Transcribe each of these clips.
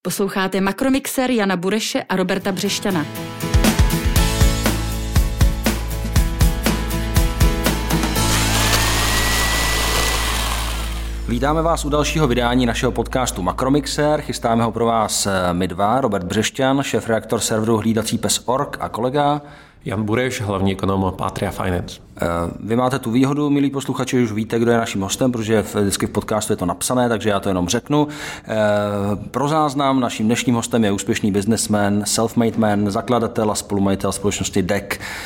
Posloucháte Makromixer Jana Bureše a Roberta Břešťana. Vítáme vás u dalšího vydání našeho podcastu Makromixer. Chystáme ho pro vás my dva, Robert Břešťan, šéfredaktor serveru hlídací pes.org a kolega Jan Bureš, hlavní ekonom Patria Finance. Vy máte tu výhodu, milí posluchači, už víte, kdo je naším hostem, protože vždycky v podcastu je to napsané, takže já to jenom řeknu. Pro záznam naším dnešním hostem je úspěšný businessman, self-made man, zakladatel a spolumajitel společnosti DEC,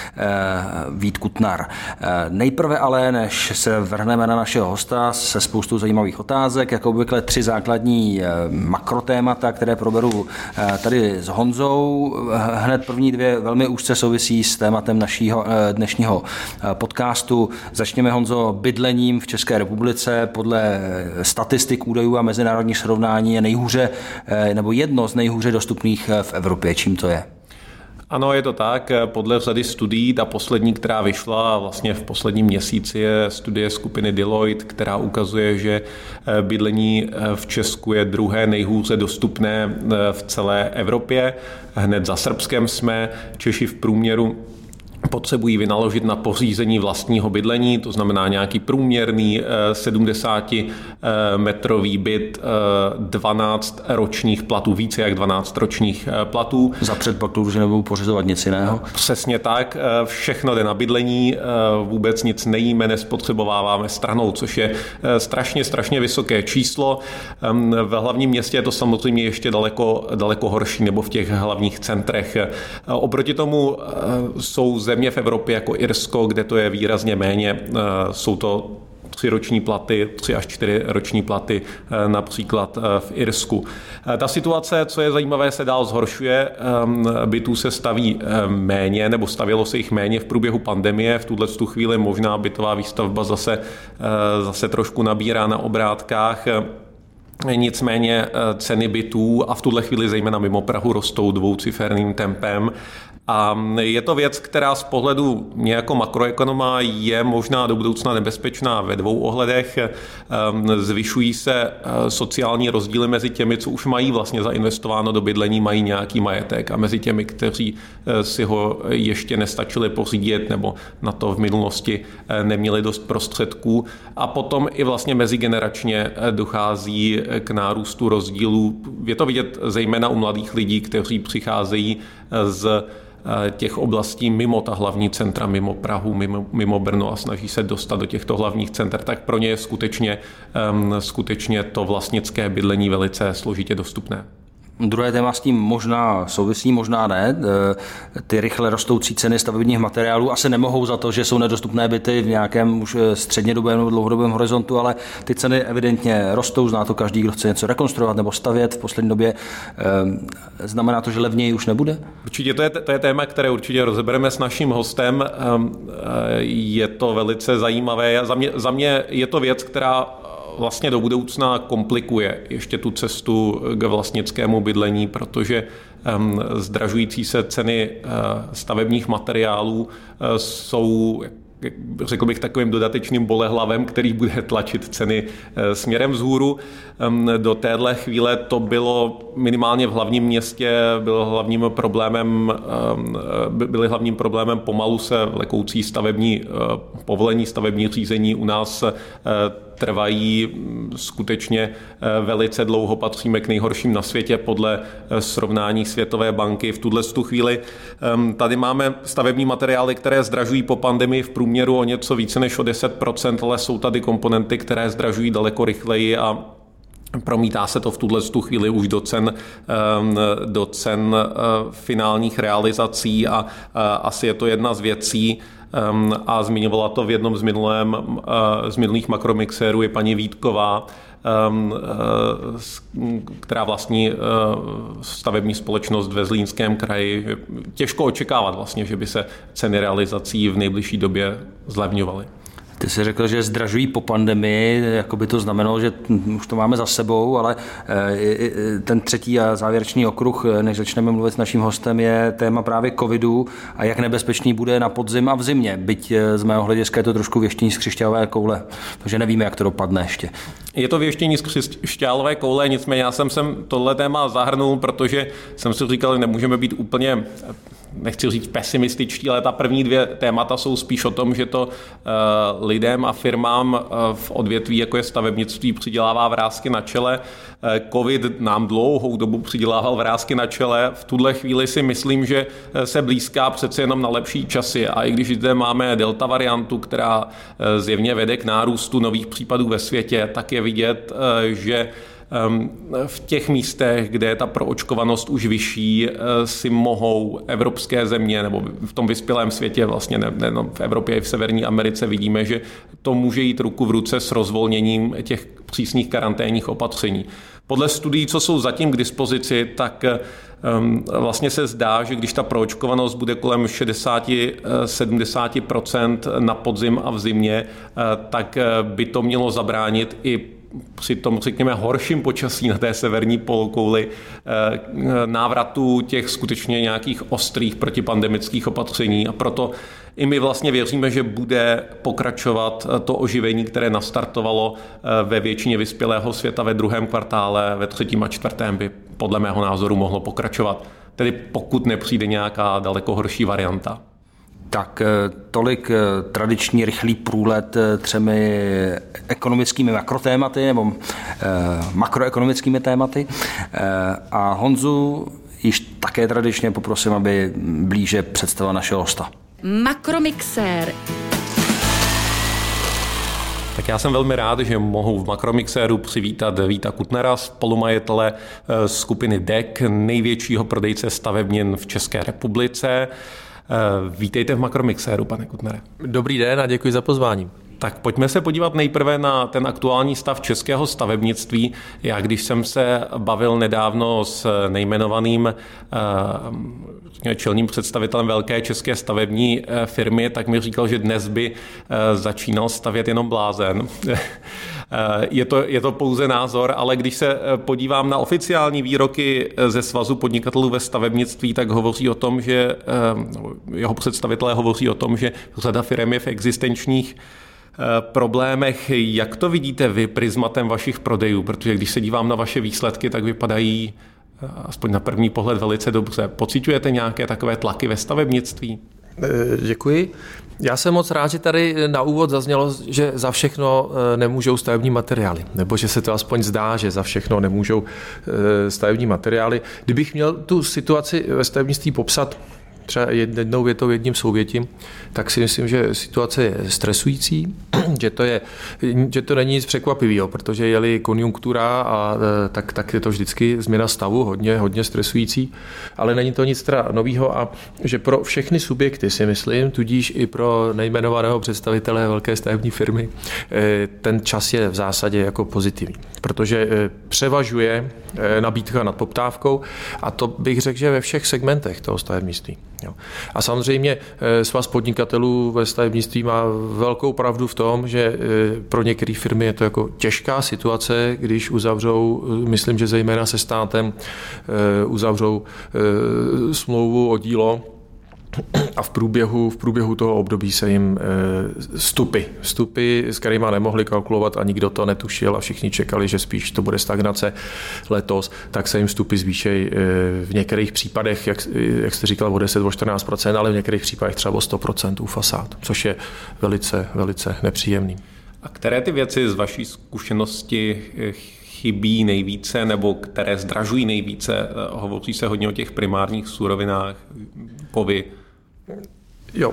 Vít Kutnar. Nejprve ale, než se vrhneme na našeho hosta se spoustou zajímavých otázek, jako obvykle 3 základní makrotémata, které proberu tady s Honzou. Hned první 2 velmi úzce souvisí s tématem našího dnešního podcastu. Začněme, Honzo, bydlením v České republice. Podle statistik, údajů a mezinárodních srovnání je nejhůře, nebo jedno z nejhůře dostupných v Evropě. Čím to je? Ano, je to tak. Podle řady studií, ta poslední, která vyšla vlastně v posledním měsíci, je studie skupiny Deloitte, která ukazuje, že bydlení v Česku je druhé nejhůře dostupné v celé Evropě. Hned za Srbskem jsme. Češi v průměru potřebují vynaložit na pořízení vlastního bydlení, to znamená nějaký průměrný 70-metrový byt, 12 ročních platů, více jak 12 ročních platů. Za předpokladu, že nebudou pořizovat nic jiného? Přesně tak, všechno jde na bydlení, vůbec nic nejíme, nespotřebováváme stranou, což je strašně vysoké číslo. V hlavním městě je to samozřejmě ještě daleko horší, nebo v těch hlavních centrech. Oproti tomu jsou země v Evropě jako Irsko, kde to je výrazně méně, jsou to 3 roční platy, 3 až 4 roční platy například v Irsku. Ta situace, co je zajímavé, se dál zhoršuje. Bytů se staví méně, nebo stavělo se jich méně v průběhu pandemie. V tuto chvíli možná bytová výstavba zase trošku nabírá na obrátkách. Nicméně ceny bytů a v tuhle chvíli zejména mimo Prahu rostou dvouciferným tempem. A je to věc, která z pohledu mě jako makroekonoma je možná do budoucna nebezpečná ve 2 ohledech. Zvyšují se sociální rozdíly mezi těmi, co už mají vlastně zainvestováno do bydlení, mají nějaký majetek, a mezi těmi, kteří si ho ještě nestačili pořídit nebo na to v minulosti neměli dost prostředků. A potom i vlastně mezigeneračně dochází k nárůstu rozdílů. Je to vidět zejména u mladých lidí, kteří přicházejí z těch oblastí mimo ta hlavní centra, mimo Prahu, mimo Brno a snaží se dostat do těchto hlavních center, tak pro ně je skutečně to vlastnické bydlení velice složitě dostupné. Druhé téma s tím možná souvisí, možná ne. Ty rychle rostoucí ceny stavebních materiálů asi nemohou za to, že jsou nedostupné byty v nějakém už střednědobém nebo dlouhodobém horizontu, ale ty ceny evidentně rostou, zná to každý, kdo chce něco rekonstruovat nebo stavět v poslední době. Znamená to, že levněji už nebude? Určitě to je téma, které určitě rozebereme s naším hostem. Je to velice zajímavé. Za mě je to věc, která vlastně do budoucna komplikuje ještě tu cestu k vlastnickému bydlení, protože zdražující se ceny stavebních materiálů jsou, řekl bych, takovým dodatečným bolehlavem, který bude tlačit ceny směrem vzhůru. Do téhle chvíle to bylo minimálně v hlavním městě, byly hlavním problémem pomalu se vlekoucí povolení stavební řízení u nás trvají skutečně velice dlouho, patříme k nejhorším na světě podle srovnání Světové banky. V tuhle chvíli tady máme stavební materiály, které zdražují po pandemii v průměru o něco více než o 10%, ale jsou tady komponenty, které zdražují daleko rychleji a promítá se to v tuhle chvíli už do cen finálních realizací a asi je to jedna z věcí, a zmiňovala to v jednom z minulých makromixérů i paní Vítková, která vlastní stavební společnost ve Zlínském kraji. Těžko očekávat vlastně, že by se ceny realizací v nejbližší době zlevňovaly. Ty jsi řekl, že zdražují po pandemii, jako by to znamenalo, že už to máme za sebou, ale ten třetí a závěrečný okruh, než začneme mluvit s naším hostem, je téma právě covidu a jak nebezpečný bude na podzim a v zimě. Byť z mého hlediska je to trošku věštění z křišťálové koule, takže nevíme, jak to dopadne ještě. Je to věštění z křišťálové koule, nicméně já jsem sem tohle téma zahrnul, protože jsem si říkal, že nemůžeme být úplně, nechci říct pesimističtí, ale ta první dvě témata jsou spíš o tom, že to lidem a firmám v odvětví, jako je stavebnictví, přidělává vrásky na čele. Covid nám dlouhou dobu přidělával vrásky na čele. V tuhle chvíli si myslím, že se blízká přece jenom na lepší časy. A i když zde máme delta variantu, která zjevně vede k nárůstu nových případů ve světě, tak je vidět, že v těch místech, kde je ta proočkovanost už vyšší, si mohou evropské země nebo v tom vyspělém světě, vlastně nejenom v Evropě i v Severní Americe vidíme, že to může jít ruku v ruce s rozvolněním těch přísných karanténních opatření. Podle studií, co jsou zatím k dispozici, tak vlastně se zdá, že když ta proočkovanost bude kolem 60-70% na podzim a v zimě, tak by to mělo zabránit i při tom, řekněme, horším počasí na té severní polokouli návratu těch skutečně nějakých ostrých protipandemických opatření a proto i my vlastně věříme, že bude pokračovat to oživení, které nastartovalo ve většině vyspělého světa ve druhém kvartále, ve třetím a čtvrtém by podle mého názoru mohlo pokračovat. Tedy pokud nepřijde nějaká daleko horší varianta. Tak tolik tradiční rychlý průlet třemi ekonomickými makrotématy nebo makroekonomickými tématy. A Honzu již také tradičně poprosím, aby blíže představil našeho hosta. Makromixér. Tak já jsem velmi rád, že mohu v Makromixéru přivítat Víta Kutnera, spolumajitele skupiny DEC, největšího prodejce stavebnin v České republice. Vítejte v Makromixéru, pane Kutnere. Dobrý den a děkuji za pozvání. Tak pojďme se podívat nejprve na ten aktuální stav českého stavebnictví. Já když jsem se bavil nedávno s nejmenovaným čelným představitelem velké české stavební firmy, tak mi říkal, že dnes by začínal stavět jenom blázen. Je to pouze názor, ale když se podívám na oficiální výroky ze Svazu podnikatelů ve stavebnictví, tak hovoří o tom, že jeho představitelé hovoří o tom, že řada firem je v existenčních problémech. Jak to vidíte vy prismatem vašich prodejů? Protože když se dívám na vaše výsledky, tak vypadají aspoň na první pohled velice dobře. Pociťujete nějaké takové tlaky ve stavebnictví? Děkuji. Já jsem moc rád, že tady na úvod zaznělo, že za všechno nemůžou stavební materiály, nebo že se to aspoň zdá, že za všechno nemůžou stavební materiály. Kdybych měl tu situaci ve stavebnictví popsat třeba jednou větou, jedním souvětím, tak si myslím, že situace je stresující, že to není nic překvapivého, protože je-li konjunktura, tak je to vždycky změna stavu, hodně stresující, ale není to nic teda nového a že pro všechny subjekty si myslím, tudíž i pro nejmenovaného představitele velké stavební firmy, ten čas je v zásadě jako pozitivní, protože převažuje nabídka nad poptávkou a to bych řekl, že ve všech segmentech toho stavebnictví. A samozřejmě Svaz podnikatelů ve stavebnictví má velkou pravdu v tom, že pro některé firmy je to jako těžká situace, když uzavřou, myslím, že zejména se státem, uzavřou smlouvu o dílo a v průběhu toho období se jim vstupy, s kterýma nemohli kalkulovat a nikdo to netušil a všichni čekali, že spíš to bude stagnace letos, tak se jim vstupy zvýšejí v některých případech, jak jste říkal, o 10-14%, ale v některých případech třeba o 100% u fasád, což je velice, velice nepříjemný. A které ty věci z vaší zkušenosti chybí nejvíce nebo které zdražují nejvíce? Hovoří se hodně o těch primárních surovinách, kovy. Jo,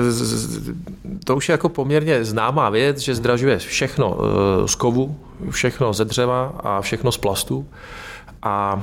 to už je jako poměrně známá věc, že zdražuje všechno z kovu, všechno ze dřeva a všechno z plastu. A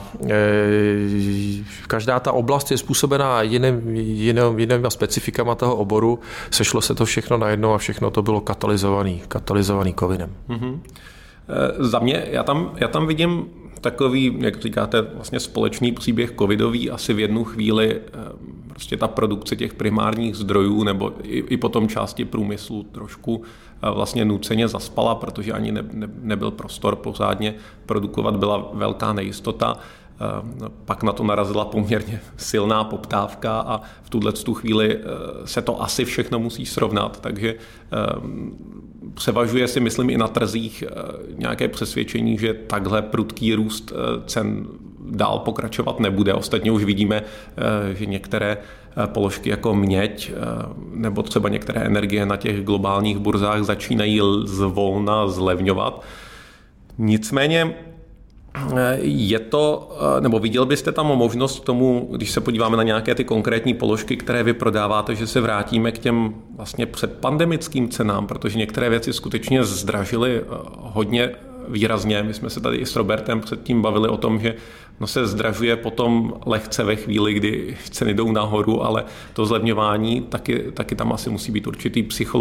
každá ta oblast je způsobená jinými specifikama toho oboru. Sešlo se to všechno najednou a všechno to bylo katalyzovaný covidem. Mm-hmm. Za mě, já tam vidím takový, jak říkáte, vlastně společný příběh covidový asi v jednu chvíli prostě ta produkce těch primárních zdrojů nebo i potom části průmyslu trošku vlastně nuceně zaspala, protože ani nebyl prostor pořádně produkovat, byla velká nejistota. Pak na to narazila poměrně silná poptávka a v tuto chvíli se to asi všechno musí srovnat, takže převažuje si, myslím, i na trzích nějaké přesvědčení, že takhle prudký růst cen dál pokračovat nebude. Ostatně už vidíme, že některé položky jako měď nebo třeba některé energie na těch globálních burzách začínají zvolna zlevňovat. Nicméně je to, nebo viděl byste tam možnost k tomu, když se podíváme na nějaké ty konkrétní položky, které vy prodáváte, že se vrátíme k těm vlastně předpandemickým cenám, protože některé věci skutečně zdražily hodně výrazně. My jsme se tady i s Robertem předtím bavili o tom, že se zdražuje potom lehce ve chvíli, kdy ceny jdou nahoru, ale to zlevňování taky tam asi musí být určitý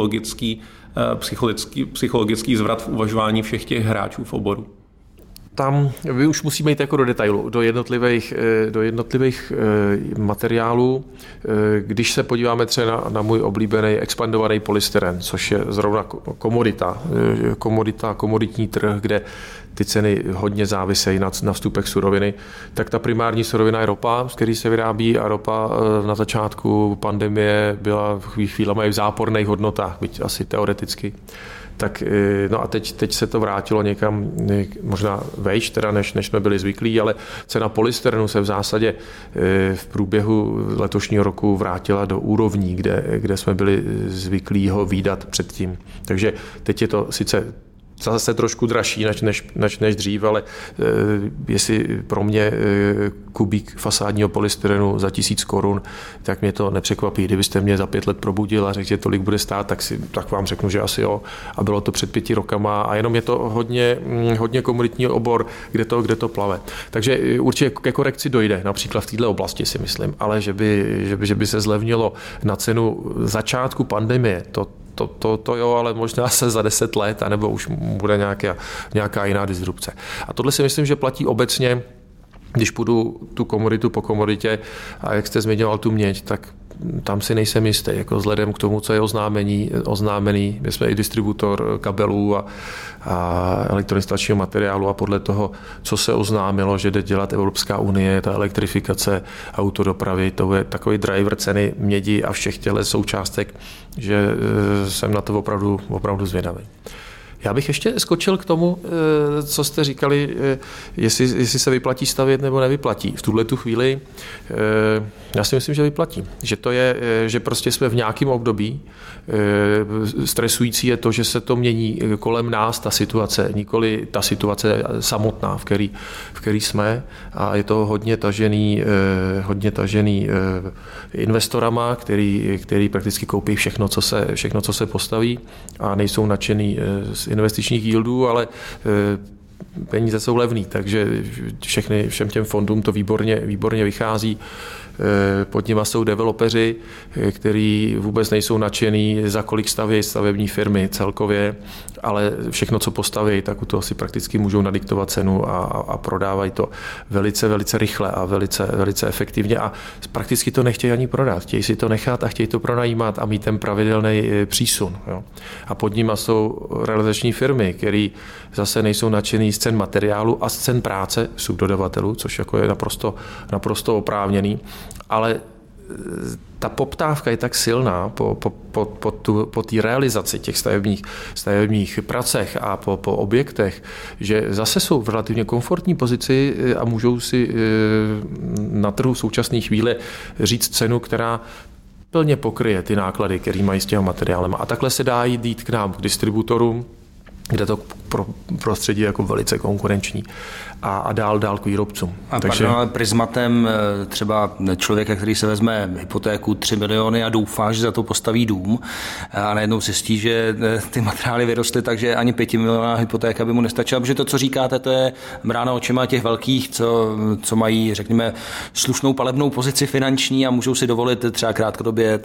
psychologický zvrat v uvažování všech těch hráčů v oboru. Tam vy už musíme jít jako do detailu, do jednotlivých materiálů. Když se podíváme třeba na můj oblíbený expandovaný polystyren, což je zrovna komoditní trh, kde ty ceny hodně závisejí na vstupech suroviny, tak ta primární surovina je ropa, z který se vyrábí, a ropa na začátku pandemie byla chvílemi v záporných hodnotách, byť asi teoreticky. Tak, no a teď se to vrátilo někam možná vejš, teda než jsme byli zvyklí, ale cena polystyrenu se v zásadě v průběhu letošního roku vrátila do úrovní, kde jsme byli zvyklí ho vídat předtím. Takže teď je to sice zase trošku dražší než dřív, ale jestli pro mě kubík fasádního polystyrenu za 1000 korun, tak mě to nepřekvapí. Kdybyste mě za 5 let probudil a řekl, že tolik bude stát, tak vám řeknu, že asi jo. A bylo to před 5 rokama a jenom je to hodně komoditní obor, kde to plave. Takže určitě ke korekci dojde, například v této oblasti si myslím, ale že by se zlevnilo na cenu začátku pandemie, to jo, ale možná se za 10 let, anebo už bude nějaká jiná disrupce. A tohle si myslím, že platí obecně, když půjdu tu komoditu po komoditě, a jak jste zmiňoval tu měď, tak tam si nejsem jistý, jako vzhledem k tomu, co je oznámený. My jsme i distributor kabelů a elektroinstalačního materiálu a podle toho, co se oznámilo, že jde dělat Evropská unie, ta elektrifikace autodopravy, to je takový driver ceny mědi a všech těchto součástek, že jsem na to opravdu zvědavý. Já bych ještě skočil k tomu, co jste říkali, jestli se vyplatí stavět nebo nevyplatí. V tuhletu chvíli já si myslím, že vyplatí. Že prostě jsme v nějakém období. Stresující je to, že se to mění kolem nás, ta situace, nikoli ta situace samotná, v který jsme. A je to hodně tažený investorama, který prakticky koupí všechno, co se postaví, a nejsou nadšený z investičních yieldů, ale peníze jsou levný, takže všem těm fondům to výborně vychází. Pod nima jsou developeři, kteří vůbec nejsou nadšený, za kolik staví stavební firmy celkově, ale všechno, co postaví, tak u toho si prakticky můžou nadiktovat cenu a prodávají to velice rychle a velice efektivně a prakticky to nechtějí ani prodat. Chtějí si to nechat a chtějí to pronajímat a mít ten pravidelný přísun. Jo. A pod nima jsou realizační firmy, které zase nejsou nadšený z cen materiálu a z cen práce subdodavatelů, což jako je naprosto oprávněný, ale ta poptávka je tak silná po té realizaci těch stavebních pracech a po objektech, že zase jsou v relativně komfortní pozici a můžou si na trhu v současné chvíli říct cenu, která plně pokryje ty náklady, které mají s těmi materiálem. A takhle se dá jít k nám, k distributorům, kde to prostředí je jako velice konkurenční a dál k výrobcům. Takže prismatem třeba člověka, který se vezme hypotéku 3 miliony a doufá, že za to postaví dům a najednou zjistí, že ty materiály vyrostly, takže ani 5 milionová hypotéka by mu nestačila, protože to, co říkáte, to je bráno očima těch velkých, co mají, řekněme, slušnou palebnou pozici finanční a můžou si dovolit třeba krátkodobě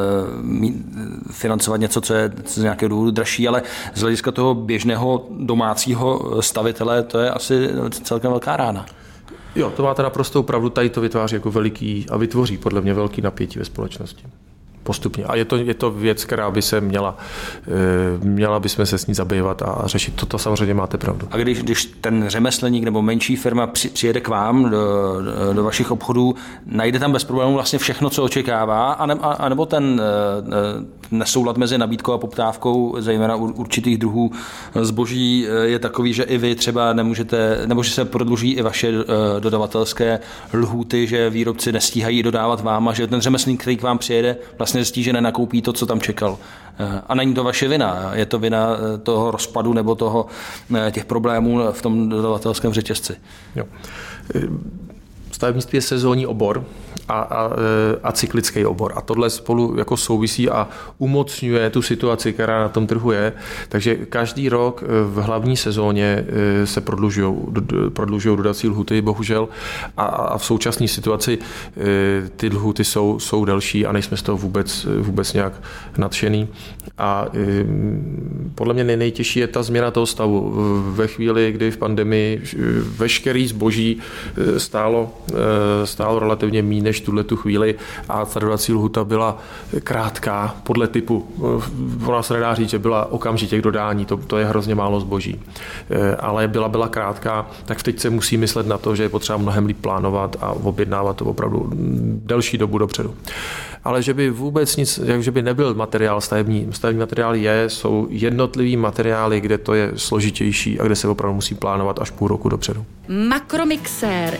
financovat něco, co je z nějakého důvodu dražší, ale z hlediska toho běžného domácího stavitele to je asi celkem velká rána. Jo, to máte naprostou pravdu, tady to vytváří jako veliký a vytvoří podle mě velký napětí ve společnosti. Postupně. A je to věc, která by se měla bychom se s ní zabývat a řešit. To samozřejmě máte pravdu. A když ten řemeslník nebo menší firma přijede k vám do vašich obchodů, najde tam bez problémů vlastně všechno, co očekává, anebo ten nesoulad mezi nabídkou a poptávkou, zejména určitých druhů zboží, je takový, že i vy třeba nemůžete, nebo že se prodluží i vaše dodavatelské lhůty, že výrobci nestíhají dodávat vám a že ten řemeslník, který k vám přijede, vlastně zjistí, že nenakoupí to, co tam čekal. A není to vaše vina, je to vina toho rozpadu nebo těch problémů v tom dodavatelském řetězci. Jo. Stavebnictví je sezónní obor a cyklický obor. A tohle spolu jako souvisí a umocňuje tu situaci, která na tom trhu je. Takže každý rok v hlavní sezóně se prodlužují dodací lhuty, bohužel. A v současné situaci ty lhuty jsou delší a nejsme z toho vůbec nějak nadšený. A podle mě nejtěžší je ta změna toho stavu. Ve chvíli, kdy v pandemii veškerý zboží stálo relativně méně než tu chvíli a ta dodací lhuta byla krátká podle typu. Ona se nedá říct, že byla okamžitě k dodání, to je hrozně málo zboží. Ale byla krátká, tak teď se musí myslet na to, že je potřeba mnohem líp plánovat a objednávat to opravdu delší dobu dopředu. Ale že by vůbec nic, že by nebyl materiál stavební materiál jsou jednotlivý materiály, kde to je složitější a kde se opravdu musí plánovat až půl roku dopředu. Makromixér.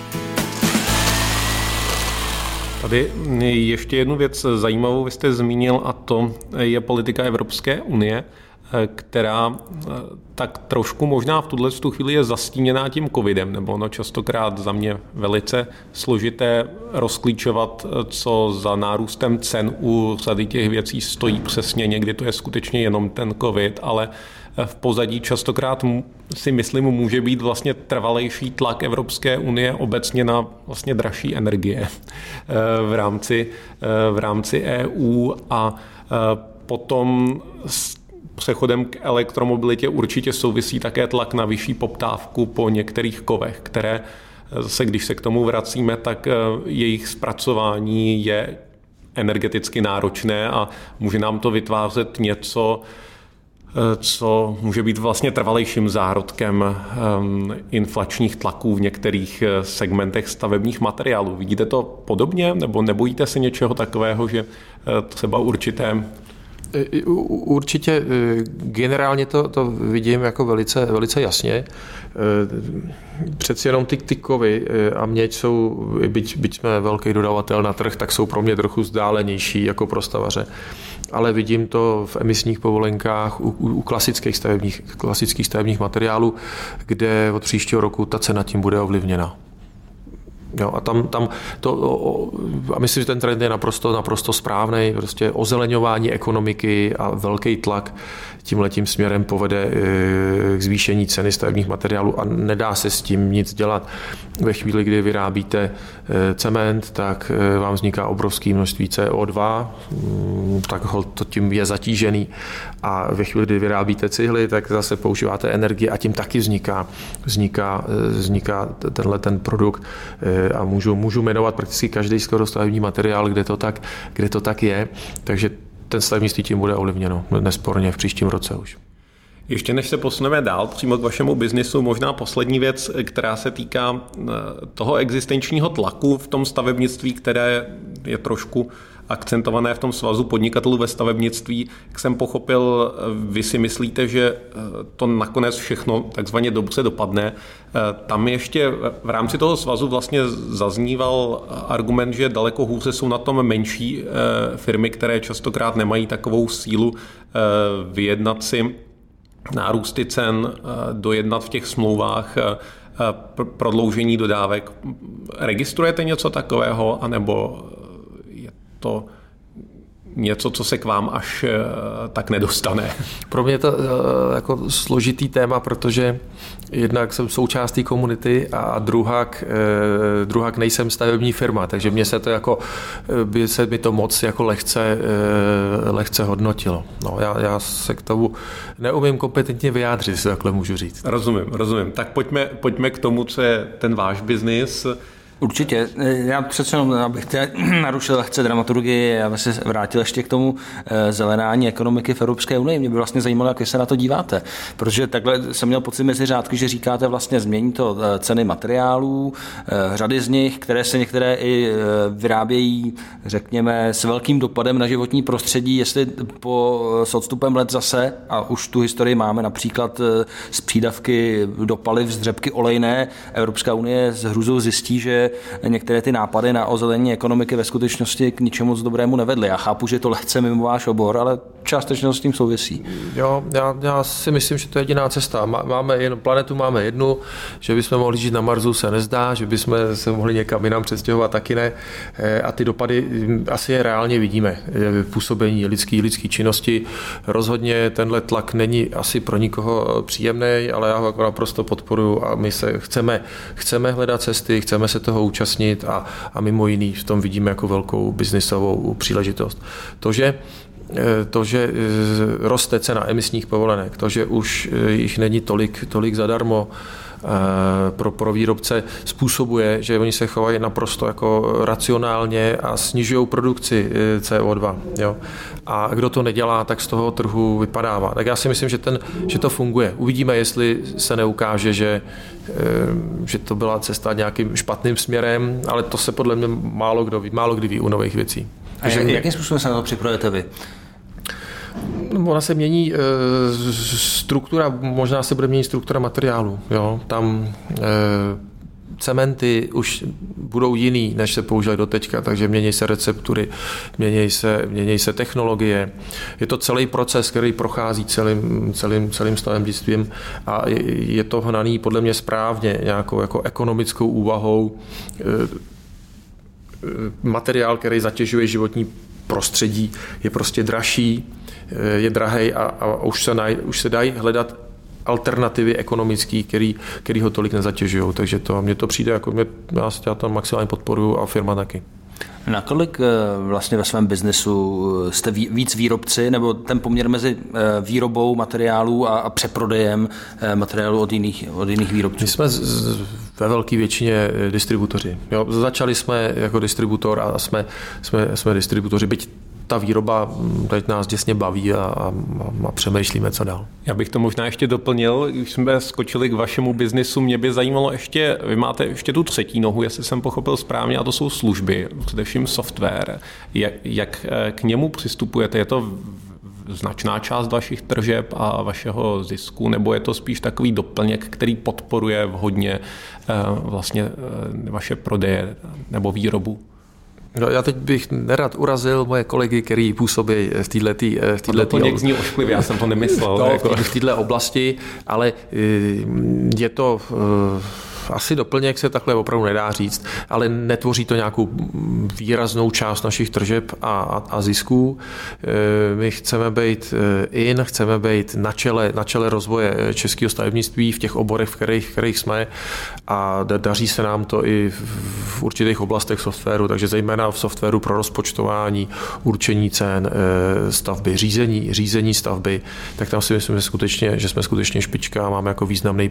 Tady ještě jednu věc zajímavou vy jste zmínil a to je politika Evropské unie, která tak trošku možná v tuto chvíli je zastíněná tím covidem, nebo ono častokrát za mě velice složité rozklíčovat, co za nárůstem cen u řady těch věcí stojí přesně. Někdy to je skutečně jenom ten covid, ale v pozadí častokrát si myslím, může být vlastně trvalejší tlak Evropské unie obecně na vlastně dražší energie v rámci EU a potom s přechodem k elektromobilitě určitě souvisí také tlak na vyšší poptávku po některých kovech, které zase, když se k tomu vracíme, tak jejich zpracování je energeticky náročné a může nám to vytvářet něco, co může být vlastně trvalejším zárodkem inflačních tlaků v některých segmentech stavebních materiálů. Vidíte to podobně, nebo nebojíte se něčeho takového, že třeba Určitě generálně to vidím jako velice jasně. Přeci jenom ty kovy a měď jsou, byť jsme velký dodavatel na trh, tak jsou pro mě trochu vzdálenější jako pro stavaře. Ale vidím to v emisních povolenkách u klasických stavebních materiálů, kde od příštího roku ta cena tím bude ovlivněna. Jo, a a myslím, že ten trend je naprosto správný. Prostě ozeleňování ekonomiky a velký tlak tímhletím směrem povede k zvýšení ceny stavebních materiálů a nedá se s tím nic dělat. Ve chvíli, kdy vyrábíte cement, tak vám vzniká obrovské množství CO2, tak to tím je zatížený. A ve chvíli, kdy vyrábíte cihly, tak zase používáte energii a tím taky vzniká ten produkt. A můžu jmenovat prakticky každý skoro stavební materiál, kde to tak je. Takže ten stavebnictví tím bude ovlivněno nesporně v příštím roce už. Ještě než se posuneme dál přímo k vašemu biznisu, možná poslední věc, která se týká toho existenčního tlaku v tom stavebnictví, které je trošku akcentované v tom svazu podnikatelů ve stavebnictví. Jak jsem pochopil, vy si myslíte, že to nakonec všechno takzvaně dobře dopadne. Tam ještě v rámci toho svazu vlastně zazníval argument, že daleko hůře jsou na tom menší firmy, které častokrát nemají takovou sílu vyjednat si nárůsty cen, dojednat v těch smlouvách prodloužení dodávek. Registrujete něco takového, anebo je to něco, co se k vám až tak nedostane? Pro mě je to jako složitý téma, protože jednak jsem součástí komunity a druhak nejsem stavební firma, takže mě se to by se mi to moc jako lehce hodnotilo. No, já se k tomu neumím kompetentně vyjádřit, si takhle můžu říct. Rozumím. Tak pojďme k tomu, co je ten váš biznis. Určitě. Já přece jenom, abych narušil lehce dramaturgii, aby se vrátil ještě k tomu zelenání ekonomiky v Evropské unii. Mě by vlastně zajímalo, jak vy se na to díváte. Protože takhle jsem měl pocit mezi řádky, že říkáte vlastně změní to ceny materiálů, řady z nich, které se některé i vyrábějí, řekněme, s velkým dopadem na životní prostředí, jestli s odstupem let zase, a už tu historii máme například z přídavky do paliv z řepky olejné, Evropská unie s hrůzou zjistí, že některé ty nápady na ozelení ekonomiky ve skutečnosti k ničemu moc dobrému nevedly. Já chápu, že to lehce mimo váš obor, ale částečně s tím souvisí. Jo, já si myslím, že to je jediná cesta. Planetu máme jednu, že bychom mohli žít na Marsu, se nezdá, že bychom se mohli někam jinam přestěhovat, taky ne. A ty dopady asi je reálně vidíme. Působení lidské činnosti. Rozhodně tenhle tlak není asi pro nikoho příjemný, ale já ho naprosto podporuji a my se chceme hledat cesty, chceme se toho účastnit a mimo jiný v tom vidíme jako velkou biznisovou příležitost. To, že roste cena emisních povolenek, to, že už jich není tolik zadarmo pro výrobce, způsobuje, že oni se chovají naprosto jako racionálně a snižují produkci CO2. Jo? A kdo to nedělá, tak z toho trhu vypadává. Tak já si myslím, že to funguje. Uvidíme, jestli se neukáže, že to byla cesta nějakým špatným směrem, ale to se podle mě málo kdy ví u nových věcí. A jakým způsobem se na to připravujete vy? Ona se mění struktura, možná se bude měnit struktura materiálu. Jo? Tam cementy už budou jiný, než se používají doteďka, takže mění se receptury, mění se technologie. Je to celý proces, který prochází celým stavebnictvím a je to hnaný podle mě správně nějakou jako ekonomickou úvahou. Materiál, který zatěžuje životní prostředí, je prostě dražší, je drahej a už se dají hledat alternativy ekonomické, který ho tolik nezatěžují. Takže mně to přijde, já to maximálně podporuju a firma taky. Nakolik vlastně ve svém biznesu jste víc výrobci, nebo ten poměr mezi výrobou materiálů a přeprodejem materiálů od jiných výrobců? My jsme ve velké většině distributoři. Jo, začali jsme jako distributor a jsme distributoři, byť ta výroba teď nás děsně baví a přemýšlíme, co dál. Já bych to možná ještě doplnil, když jsme skočili k vašemu biznisu, mě by zajímalo ještě, vy máte ještě tu třetí nohu, jestli jsem pochopil správně, a to jsou služby, především software. Jak k němu přistupujete? Je to značná část vašich tržeb a vašeho zisku, nebo je to spíš takový doplněk, který podporuje vhodně vlastně vaše prodeje nebo výrobu? No, já teď bych nerad urazil moje kolegy, který působí v této to někdy zní ošklivě, já jsem to nemyslel. V této oblasti, ale je to asi doplněk se takhle opravdu nedá říct, ale netvoří to nějakou výraznou část našich tržeb a zisků. My chceme být chceme být na čele rozvoje českého stavebnictví v těch oborech, v kterých jsme, a daří se nám to i v určitých oblastech softwaru, takže zejména v softwaru pro rozpočtování, určení cen, stavby, řízení stavby, tak tam si myslím, že jsme skutečně špička a máme jako významný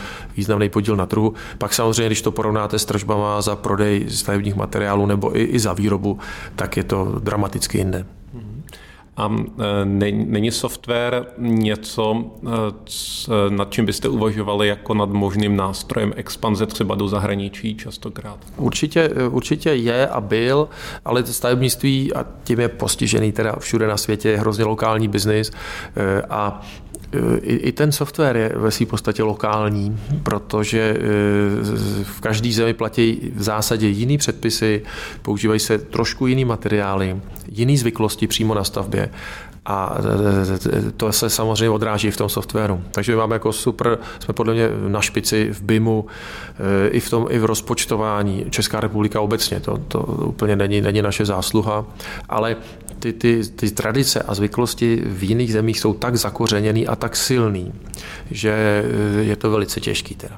podíl na trhu. Pak samozřejmě, když to porovnáte s tržbama za prodej stavebních materiálů nebo i za výrobu, tak je to dramaticky jinde. A není software něco, nad čím byste uvažovali jako nad možným nástrojem expanze třeba do zahraničí častokrát? Určitě je a byl, ale stavebnictví, a tím je postižený teda všude na světě, je hrozně lokální biznis a i ten software je ve své podstatě lokální, protože v každé zemi platí v zásadě jiný předpisy, používají se trošku jiný materiály, jiný zvyklosti přímo na stavbě a to se samozřejmě odráží v tom softwaru. Takže máme jako super, jsme podle mě na špici v BIMu, i v rozpočtování. Česká republika obecně, to úplně není naše zásluha, ale ty tradice a zvyklosti v jiných zemích jsou tak zakořeněný a tak silný, že je to velice těžký teda.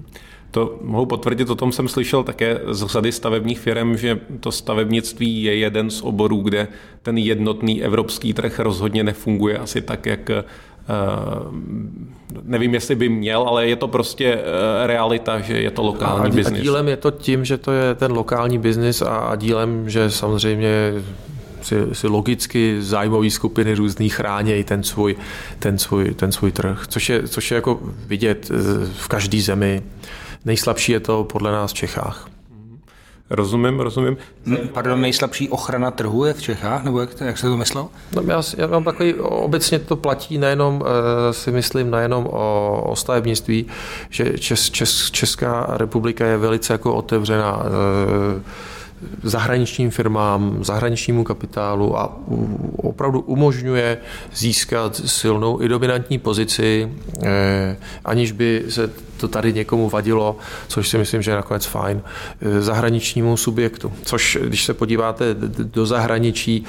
To mohu potvrdit, o tom jsem slyšel také z řady stavebních firm, že to stavebnictví je jeden z oborů, kde ten jednotný evropský trh rozhodně nefunguje asi tak, jak nevím, jestli by měl, ale je to prostě realita, že je to lokální biznis. A dílem je to tím, že to je ten lokální biznis a dílem, že samozřejmě si logicky zájmové skupiny různý chránějí ten svůj trh, což je jako vidět v každé zemi. Nejslabší je to podle nás v Čechách. Rozumím. Pardon, nejslabší ochrana trhu je v Čechách, nebo jak se to myslel? No, já mám takový, obecně to platí nejenom, si myslím, nejenom o stavebnictví, že Česká republika je velice jako otevřená zahraničním firmám, zahraničnímu kapitálu a opravdu umožňuje získat silnou i dominantní pozici, aniž by se to tady někomu vadilo, což si myslím, že je nakonec fajn, zahraničnímu subjektu. Což, když se podíváte do zahraničí,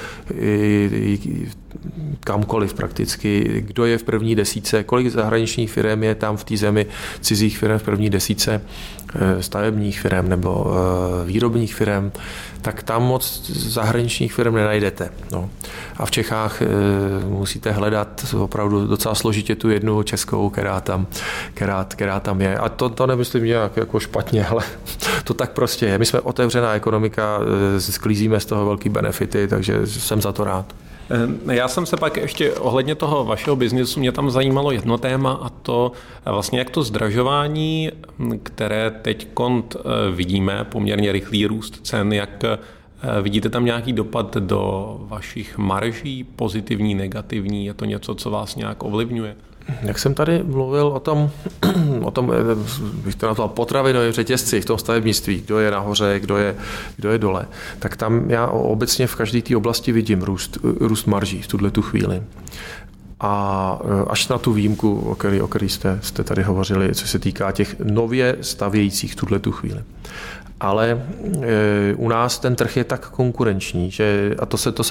kamkoliv prakticky, kdo je v první desítce, kolik zahraničních firm je tam v té zemi, cizích firm v první desítce, stavebních firm nebo výrobních firm, tak tam moc zahraničních firm nenajdete. No. A v Čechách musíte hledat opravdu docela složitě tu jednu českou, která tam je. A to nemyslím nějak jako špatně, ale to tak prostě je. My jsme otevřená ekonomika, sklízíme z toho velký benefity, takže jsem za to rád. Já jsem se pak ještě ohledně toho vašeho biznisu, mě tam zajímalo jedno téma a to vlastně jak to zdražování, které teď vidíme, poměrně rychlý růst cen, jak vidíte tam nějaký dopad do vašich marží, pozitivní, negativní, je to něco, co vás nějak ovlivňuje? Jak jsem tady mluvil o tom bych to nazval potravinové řetězci v tom stavebnictví, kdo je nahoře, kdo je dole, tak tam já obecně v každé té oblasti vidím růst marží v tuhletu chvíli. A až na tu výjimku, o který jste tady hovořili, co se týká těch nově stavějících v tuhletu chvíli. Ale u nás ten trh je tak konkurenční, že, a to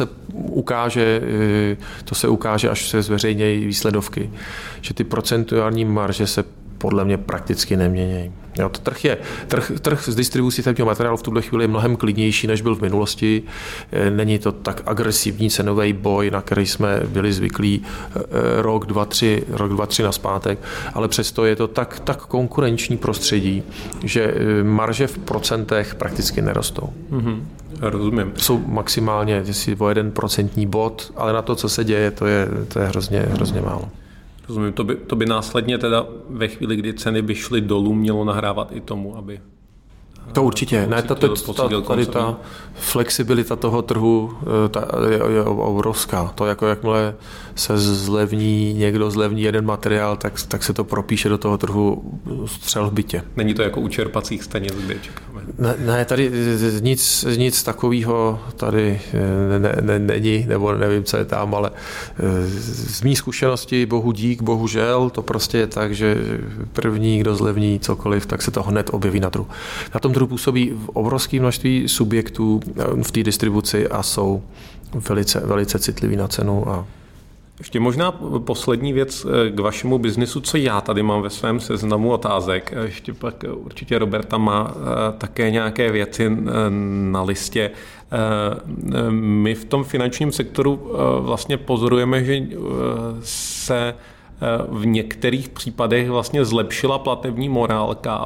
se ukáže, až se zveřejnějí výsledovky, že ty procentuální marže se podle mě prakticky nemění. Jo, trh s distribucí stavebního materiálu v tuhle chvíli je mnohem klidnější, než byl v minulosti. Není to tak agresivní cenový boj, na který jsme byli zvyklí rok, dva, tři nazpátek, ale přesto je to tak konkurenční prostředí, že marže v procentech prakticky nerostou. Mm-hmm. Rozumím. Jsou maximálně o 1% bod, ale na to, co se děje, to je hrozně málo. Rozumím, to by následně teda ve chvíli, kdy ceny by šly dolů, mělo nahrávat i tomu, aby... To určitě. Tady ta flexibilita toho trhu je obrovská. To jakmile se někdo zlevní jeden materiál, tak se to propíše do toho trhu střelbitě. Není to jako u čerpacích stanic, kde čekáme? Ne, tady nic takového tady není, nebo nevím, co je tam, ale z mý zkušenosti, bohu dík, bohužel, to prostě je tak, že první, kdo zlevní cokoliv, tak se to hned objeví na trhu. Na tom trhu působí obrovské množství subjektů v té distribuci a jsou velice, velice citliví na cenu. A ještě možná poslední věc k vašemu biznisu, co já tady mám ve svém seznamu otázek. Ještě pak určitě Roberta má také nějaké věci na listě. My v tom finančním sektoru vlastně pozorujeme, že se v některých případech vlastně zlepšila platební morálka,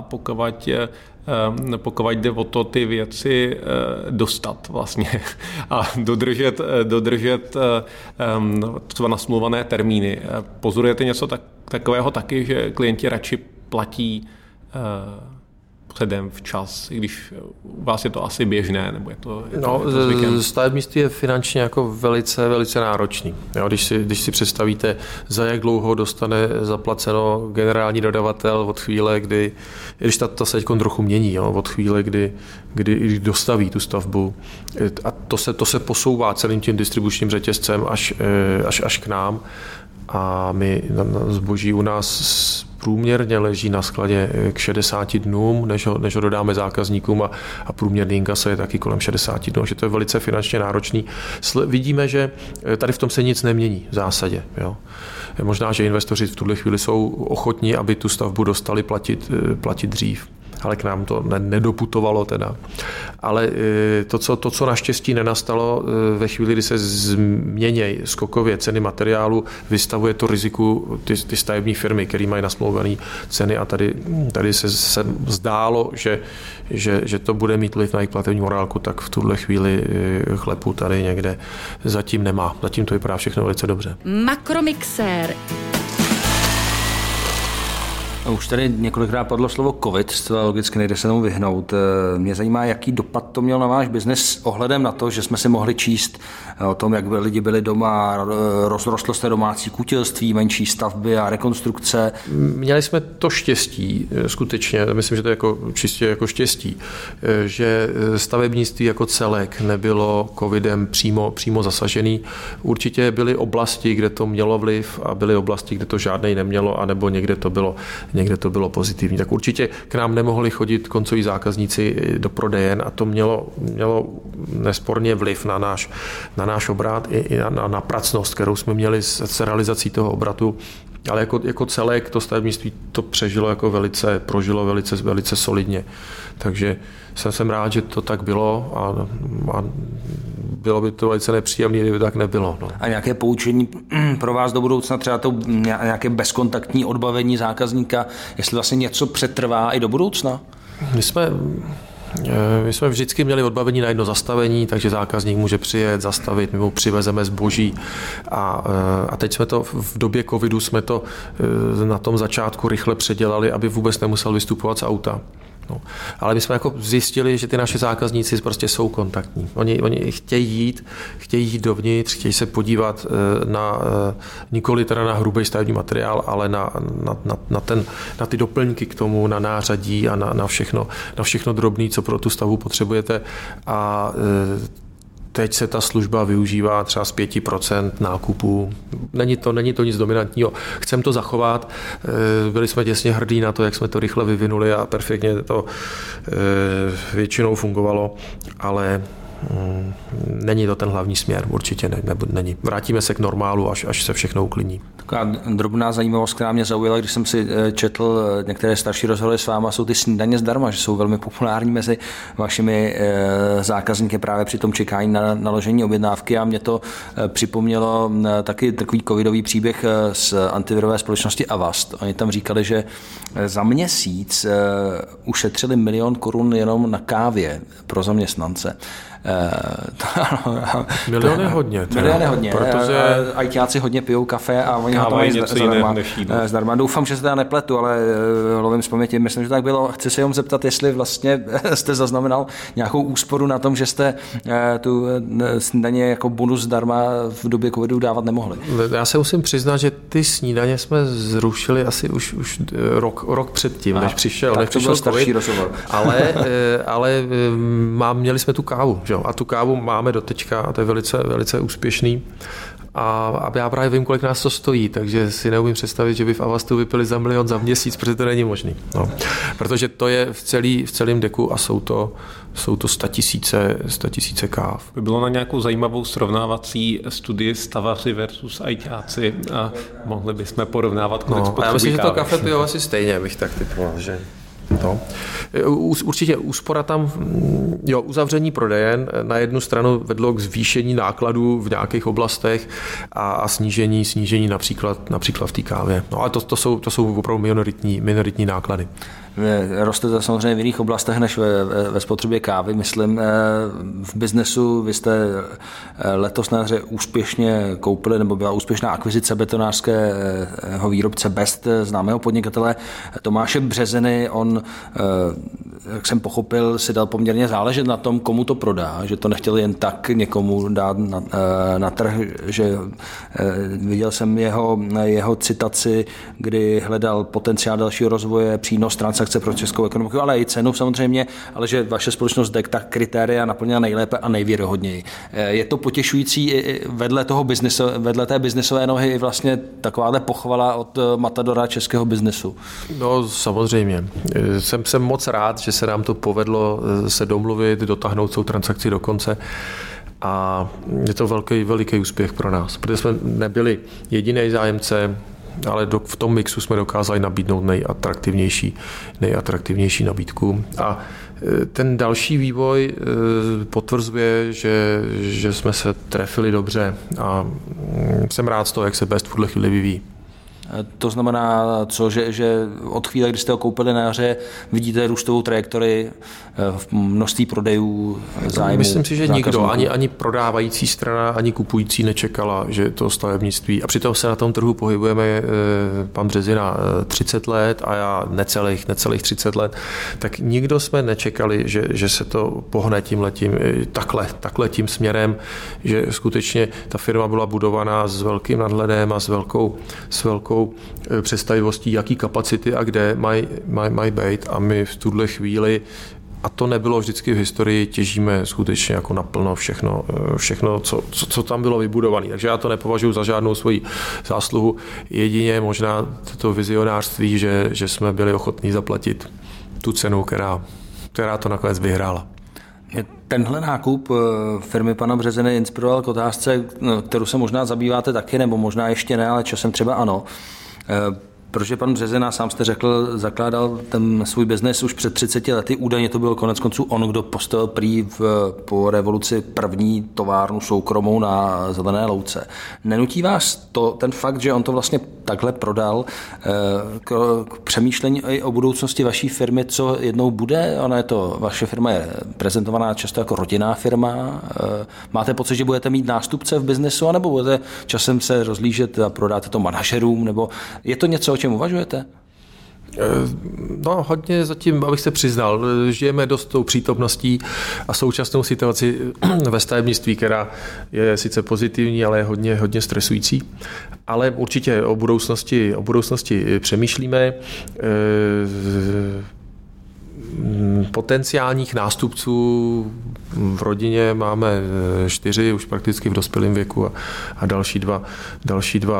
pokud jde o to ty věci dostat vlastně a dodržet třeba nasmluvané termíny. Pozorujete něco takového taky, že klienti radši platí předem včas, i když u vás je to asi běžné, nebo je to zvykem? Stavebnictví je finančně jako velice, velice náročný. Jo, když si představíte, za jak dlouho dostane zaplaceno generální dodavatel od chvíle, když to se teď trochu mění, jo, od chvíle, kdy dostaví tu stavbu, a to se posouvá celým tím distribučním řetězcem až k nám, a my zboží u nás průměrně leží na skladě k 60 dnům, než ho dodáme zákazníkům, a průměrný inkaso je taky kolem 60 dnů, že to je velice finančně náročný. Vidíme, že tady v tom se nic nemění v zásadě. Jo. Možná, že investoři v tuhle chvíli jsou ochotní, aby tu stavbu dostali platit dřív. ale k nám to nedoputovalo teda. Ale to, co naštěstí nenastalo ve chvíli, kdy se změnějí skokově ceny materiálu, vystavuje to riziku ty stavební firmy, které mají nasmlouvané ceny a tady se zdálo, že to bude mít vliv na jejich platební morálku, tak v tuhle chvíli chlepu tady někde zatím nemá. Zatím to vypadá všechno velice dobře. Makromixér. Už tady několikrát padlo slovo COVID, zcela logicky nejde se tomu vyhnout. Mě zajímá, jaký dopad to měl na váš biznes ohledem na to, že jsme si mohli číst o tom, jak lidi byli doma, rozrostlo se domácí kutilství, menší stavby a rekonstrukce. Měli jsme to štěstí, skutečně, myslím, že to je čistě jako štěstí, že stavebnictví jako celek nebylo covidem přímo zasažený. Určitě byly oblasti, kde to mělo vliv a byly oblasti, kde to žádnej nemělo, anebo někde to bylo pozitivní. Tak určitě k nám nemohli chodit koncoví zákazníci do prodejen a to mělo nesporně vliv na náš obrat i na pracnost, kterou jsme měli s realizací toho obratu. Ale jako celek to stavebnictví to prožilo velice solidně. Takže jsem rád, že to tak bylo a bylo by to velice nepříjemné, kdyby tak nebylo. No. A nějaké poučení pro vás do budoucna, třeba to nějaké bezkontaktní odbavení zákazníka, jestli vlastně něco přetrvá i do budoucna? My jsme vždycky měli odbavení na jedno zastavení, takže zákazník může přijet, zastavit, my mu přivezeme zboží a teď jsme to v době covidu jsme to na tom začátku rychle předělali, aby vůbec nemusel vystupovat z auta. No. Ale my jsme jako zjistili, že ty naše zákazníci prostě jsou kontaktní. Oni chtějí jít dovnitř, chtějí se podívat nikoli teda na hrubý stavební materiál, ale na ty doplňky k tomu, na nářadí a na všechno drobné, co pro tu stavbu potřebujete. A teď se ta služba využívá třeba z 5% nákupů. Není to nic dominantního. Chceme to zachovat. Byli jsme těsně hrdí na to, jak jsme to rychle vyvinuli a perfektně to většinou fungovalo, ale není to ten hlavní směr, určitě není. Vrátíme se k normálu, až se všechno uklidní. Taková drobná zajímavost, která mě zaujala, když jsem si četl některé starší rozhovory s váma, jsou ty snídaně zdarma, že jsou velmi populární mezi vašimi zákazníky právě při tom čekání na naložení objednávky a mě to připomnělo taky takový covidový příběh z antivirové společnosti Avast. Oni tam říkali, že za měsíc ušetřili 1 000 000 korun jenom na kávě pro zaměstnance. Miliony hodně. Protože ajťáci hodně pijou kafe a oni ho to mají zdarma. Doufám, že se teda nepletu, ale lovím z paměti, myslím, že tak bylo. Chci se jenom zeptat, jestli vlastně jste zaznamenal nějakou úsporu na tom, že jste tu snídaně jako bonus zdarma v době covidu dávat nemohli. Já se musím přiznat, že ty snídaně jsme zrušili asi už rok předtím, než přišel COVID. Ale měli jsme tu kávu. A tu kávu máme doteďka a to je velice úspěšný. A já právě vím, kolik nás to stojí, takže si neumím představit, že by v Avastu vypili za 1 000 000 za měsíc, protože to není možný. No. Protože to je v celém deku a jsou to 100 000 káv. By bylo na nějakou zajímavou srovnávací studii stavaři versus ajťáci a mohli bychom porovnávat, kolik spotřebují kávy. Já myslím, že to kafe pijou asi stejně, bych tak typoval, že... No. Určitě úspora tam, uzavření prodejen na jednu stranu vedlo k zvýšení nákladů v nějakých oblastech a snížení například v té kávě. No a to jsou opravdu minoritní náklady. Roste to samozřejmě v jiných oblastech než ve spotřebě kávy. Myslím, v biznesu vy jste letos na jaře úspěšně koupili, nebo byla úspěšná akvizice betonářského výrobce Best, známého podnikatele Tomáše Březiny. On, jak jsem pochopil, si dal poměrně záležet na tom, komu to prodá, že to nechtěl jen tak někomu dát na trh, že viděl jsem jeho citaci, kdy hledal potenciál dalšího rozvoje, přínos transakce pro českou ekonomiku, ale i cenu samozřejmě, ale že vaše společnost DEC ta kritéria naplnila nejlépe a nejvěrohodněji. Je to potěšující vedle té biznesové nohy vlastně takováhle pochvala od matadora českého biznesu? No samozřejmě. Jsem moc rád, že se nám to povedlo se domluvit, dotáhnout celou transakci do konce. A je to veliký úspěch pro nás, protože jsme nebyli jediný zájemce, ale v tom mixu jsme dokázali nabídnout nejatraktivnější nabídku. A ten další vývoj potvrzuje, že jsme se trefili dobře a jsem rád z toho, jak se Best v tuhle chvíli vyvíjí. To znamená, že od chvíle, kdy jste ho koupili na jaře, vidíte růstovou trajektorii v množství prodejů, zájmu? Myslím si, že nikdo, ani prodávající strana, ani kupující nečekala, že to stavebnictví, a přitom se na tom trhu pohybujeme, pan Březina 30 let a já necelých 30 let, tak nikdo jsme nečekali, že se to pohne takhle tím směrem, že skutečně ta firma byla budovaná s velkým nadhledem a s velkou představivostí, jaký kapacity a kde mají být, a my v tuhle chvíli, a to nebylo vždycky v historii, těžíme skutečně jako naplno všechno, co tam bylo vybudované. Takže já to nepovažuji za žádnou svoji zásluhu, jedině možná to vizionářství, že jsme byli ochotní zaplatit tu cenu, která to nakonec vyhrála. Tenhle nákup firmy pana Březiny inspiroval k otázce, kterou se možná zabýváte taky, nebo možná ještě ne, ale časem třeba ano. Protože pan Březina, sám jste řekl, zakládal ten svůj biznes už před 30 lety. Údajně to byl konec konců on, kdo postavil prý po revoluci první továrnu soukromou na Zelené louce. Nenutí vás ten fakt, že on to vlastně takhle prodal, k přemýšlení i o budoucnosti vaší firmy, co jednou bude? Vaše firma je prezentovaná často jako rodinná firma. Máte pocit, že budete mít nástupce v biznesu, anebo budete časem se rozlížet a prodáte to manažerům, nebo je to něco, o čem uvažujete? No, hodně zatím, abych se přiznal, žijeme dost tou přítomností a současnou situaci ve stavebnictví, která je sice pozitivní, ale je hodně stresující. Ale určitě o budoucnosti přemýšlíme. Potenciálních nástupců v rodině máme 4, už prakticky v dospělém věku a další dva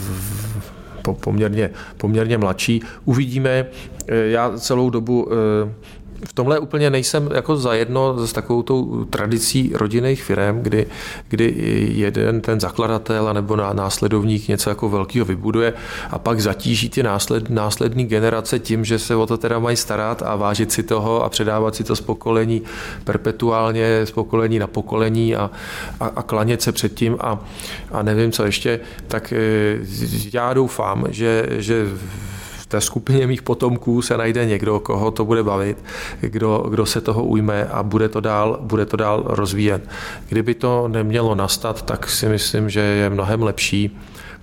poměrně mladší. Uvidíme. Já celou dobu v tomhle úplně nejsem jako zajedno s takovou tou tradicí rodinných firem, kdy jeden ten zakladatel nebo následovník něco jako velkého vybuduje a pak zatíží ty následní generace tím, že se o to teda mají starat a vážit si toho a předávat si to z pokolení perpetuálně, z pokolení na pokolení a klanět se předtím a nevím, co ještě. Tak já doufám, že v té skupině mých potomků se najde někdo, koho to bude bavit, kdo se toho ujme a bude to dál rozvíjet. Kdyby to nemělo nastat, tak si myslím, že je mnohem lepší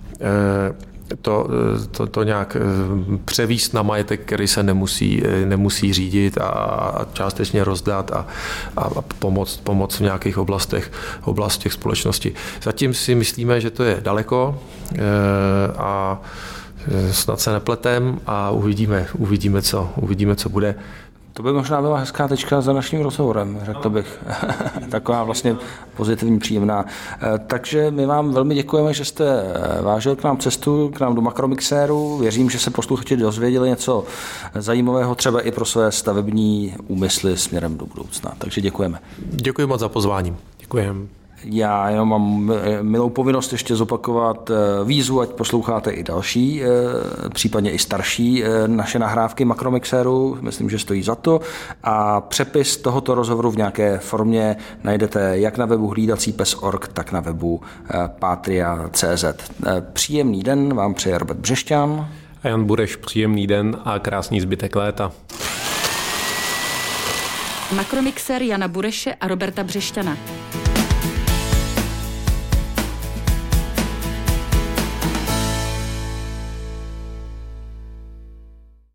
to nějak převíst na majetek, který se nemusí řídit a částečně rozdat a pomoct v nějakých oblastech společnosti. Zatím si myslíme, že to je daleko a snad se nepletem a uvidíme, co bude. To by možná byla hezká tečka za naším rozhovorem, řekl bych. Taková vlastně pozitivní, příjemná. Takže my vám velmi děkujeme, že jste vážil k nám cestu, k nám do Makromixéru. Věřím, že se posluchači dozvěděli něco zajímavého, třeba i pro své stavební úmysly směrem do budoucna. Takže děkujeme. Děkuji moc za pozvání. Děkujeme. Já jenom mám milou povinnost ještě zopakovat výzvu, ať posloucháte i další, případně i starší naše nahrávky Makromixéru, myslím, že stojí za to. A přepis tohoto rozhovoru v nějaké formě najdete jak na webu hlídací.pes.org, tak na webu patria.cz. Příjemný den vám přeje Robert Břešťan. A Jan Bureš, příjemný den a krásný zbytek léta. Makromixér Jana Bureše a Roberta Břešťana.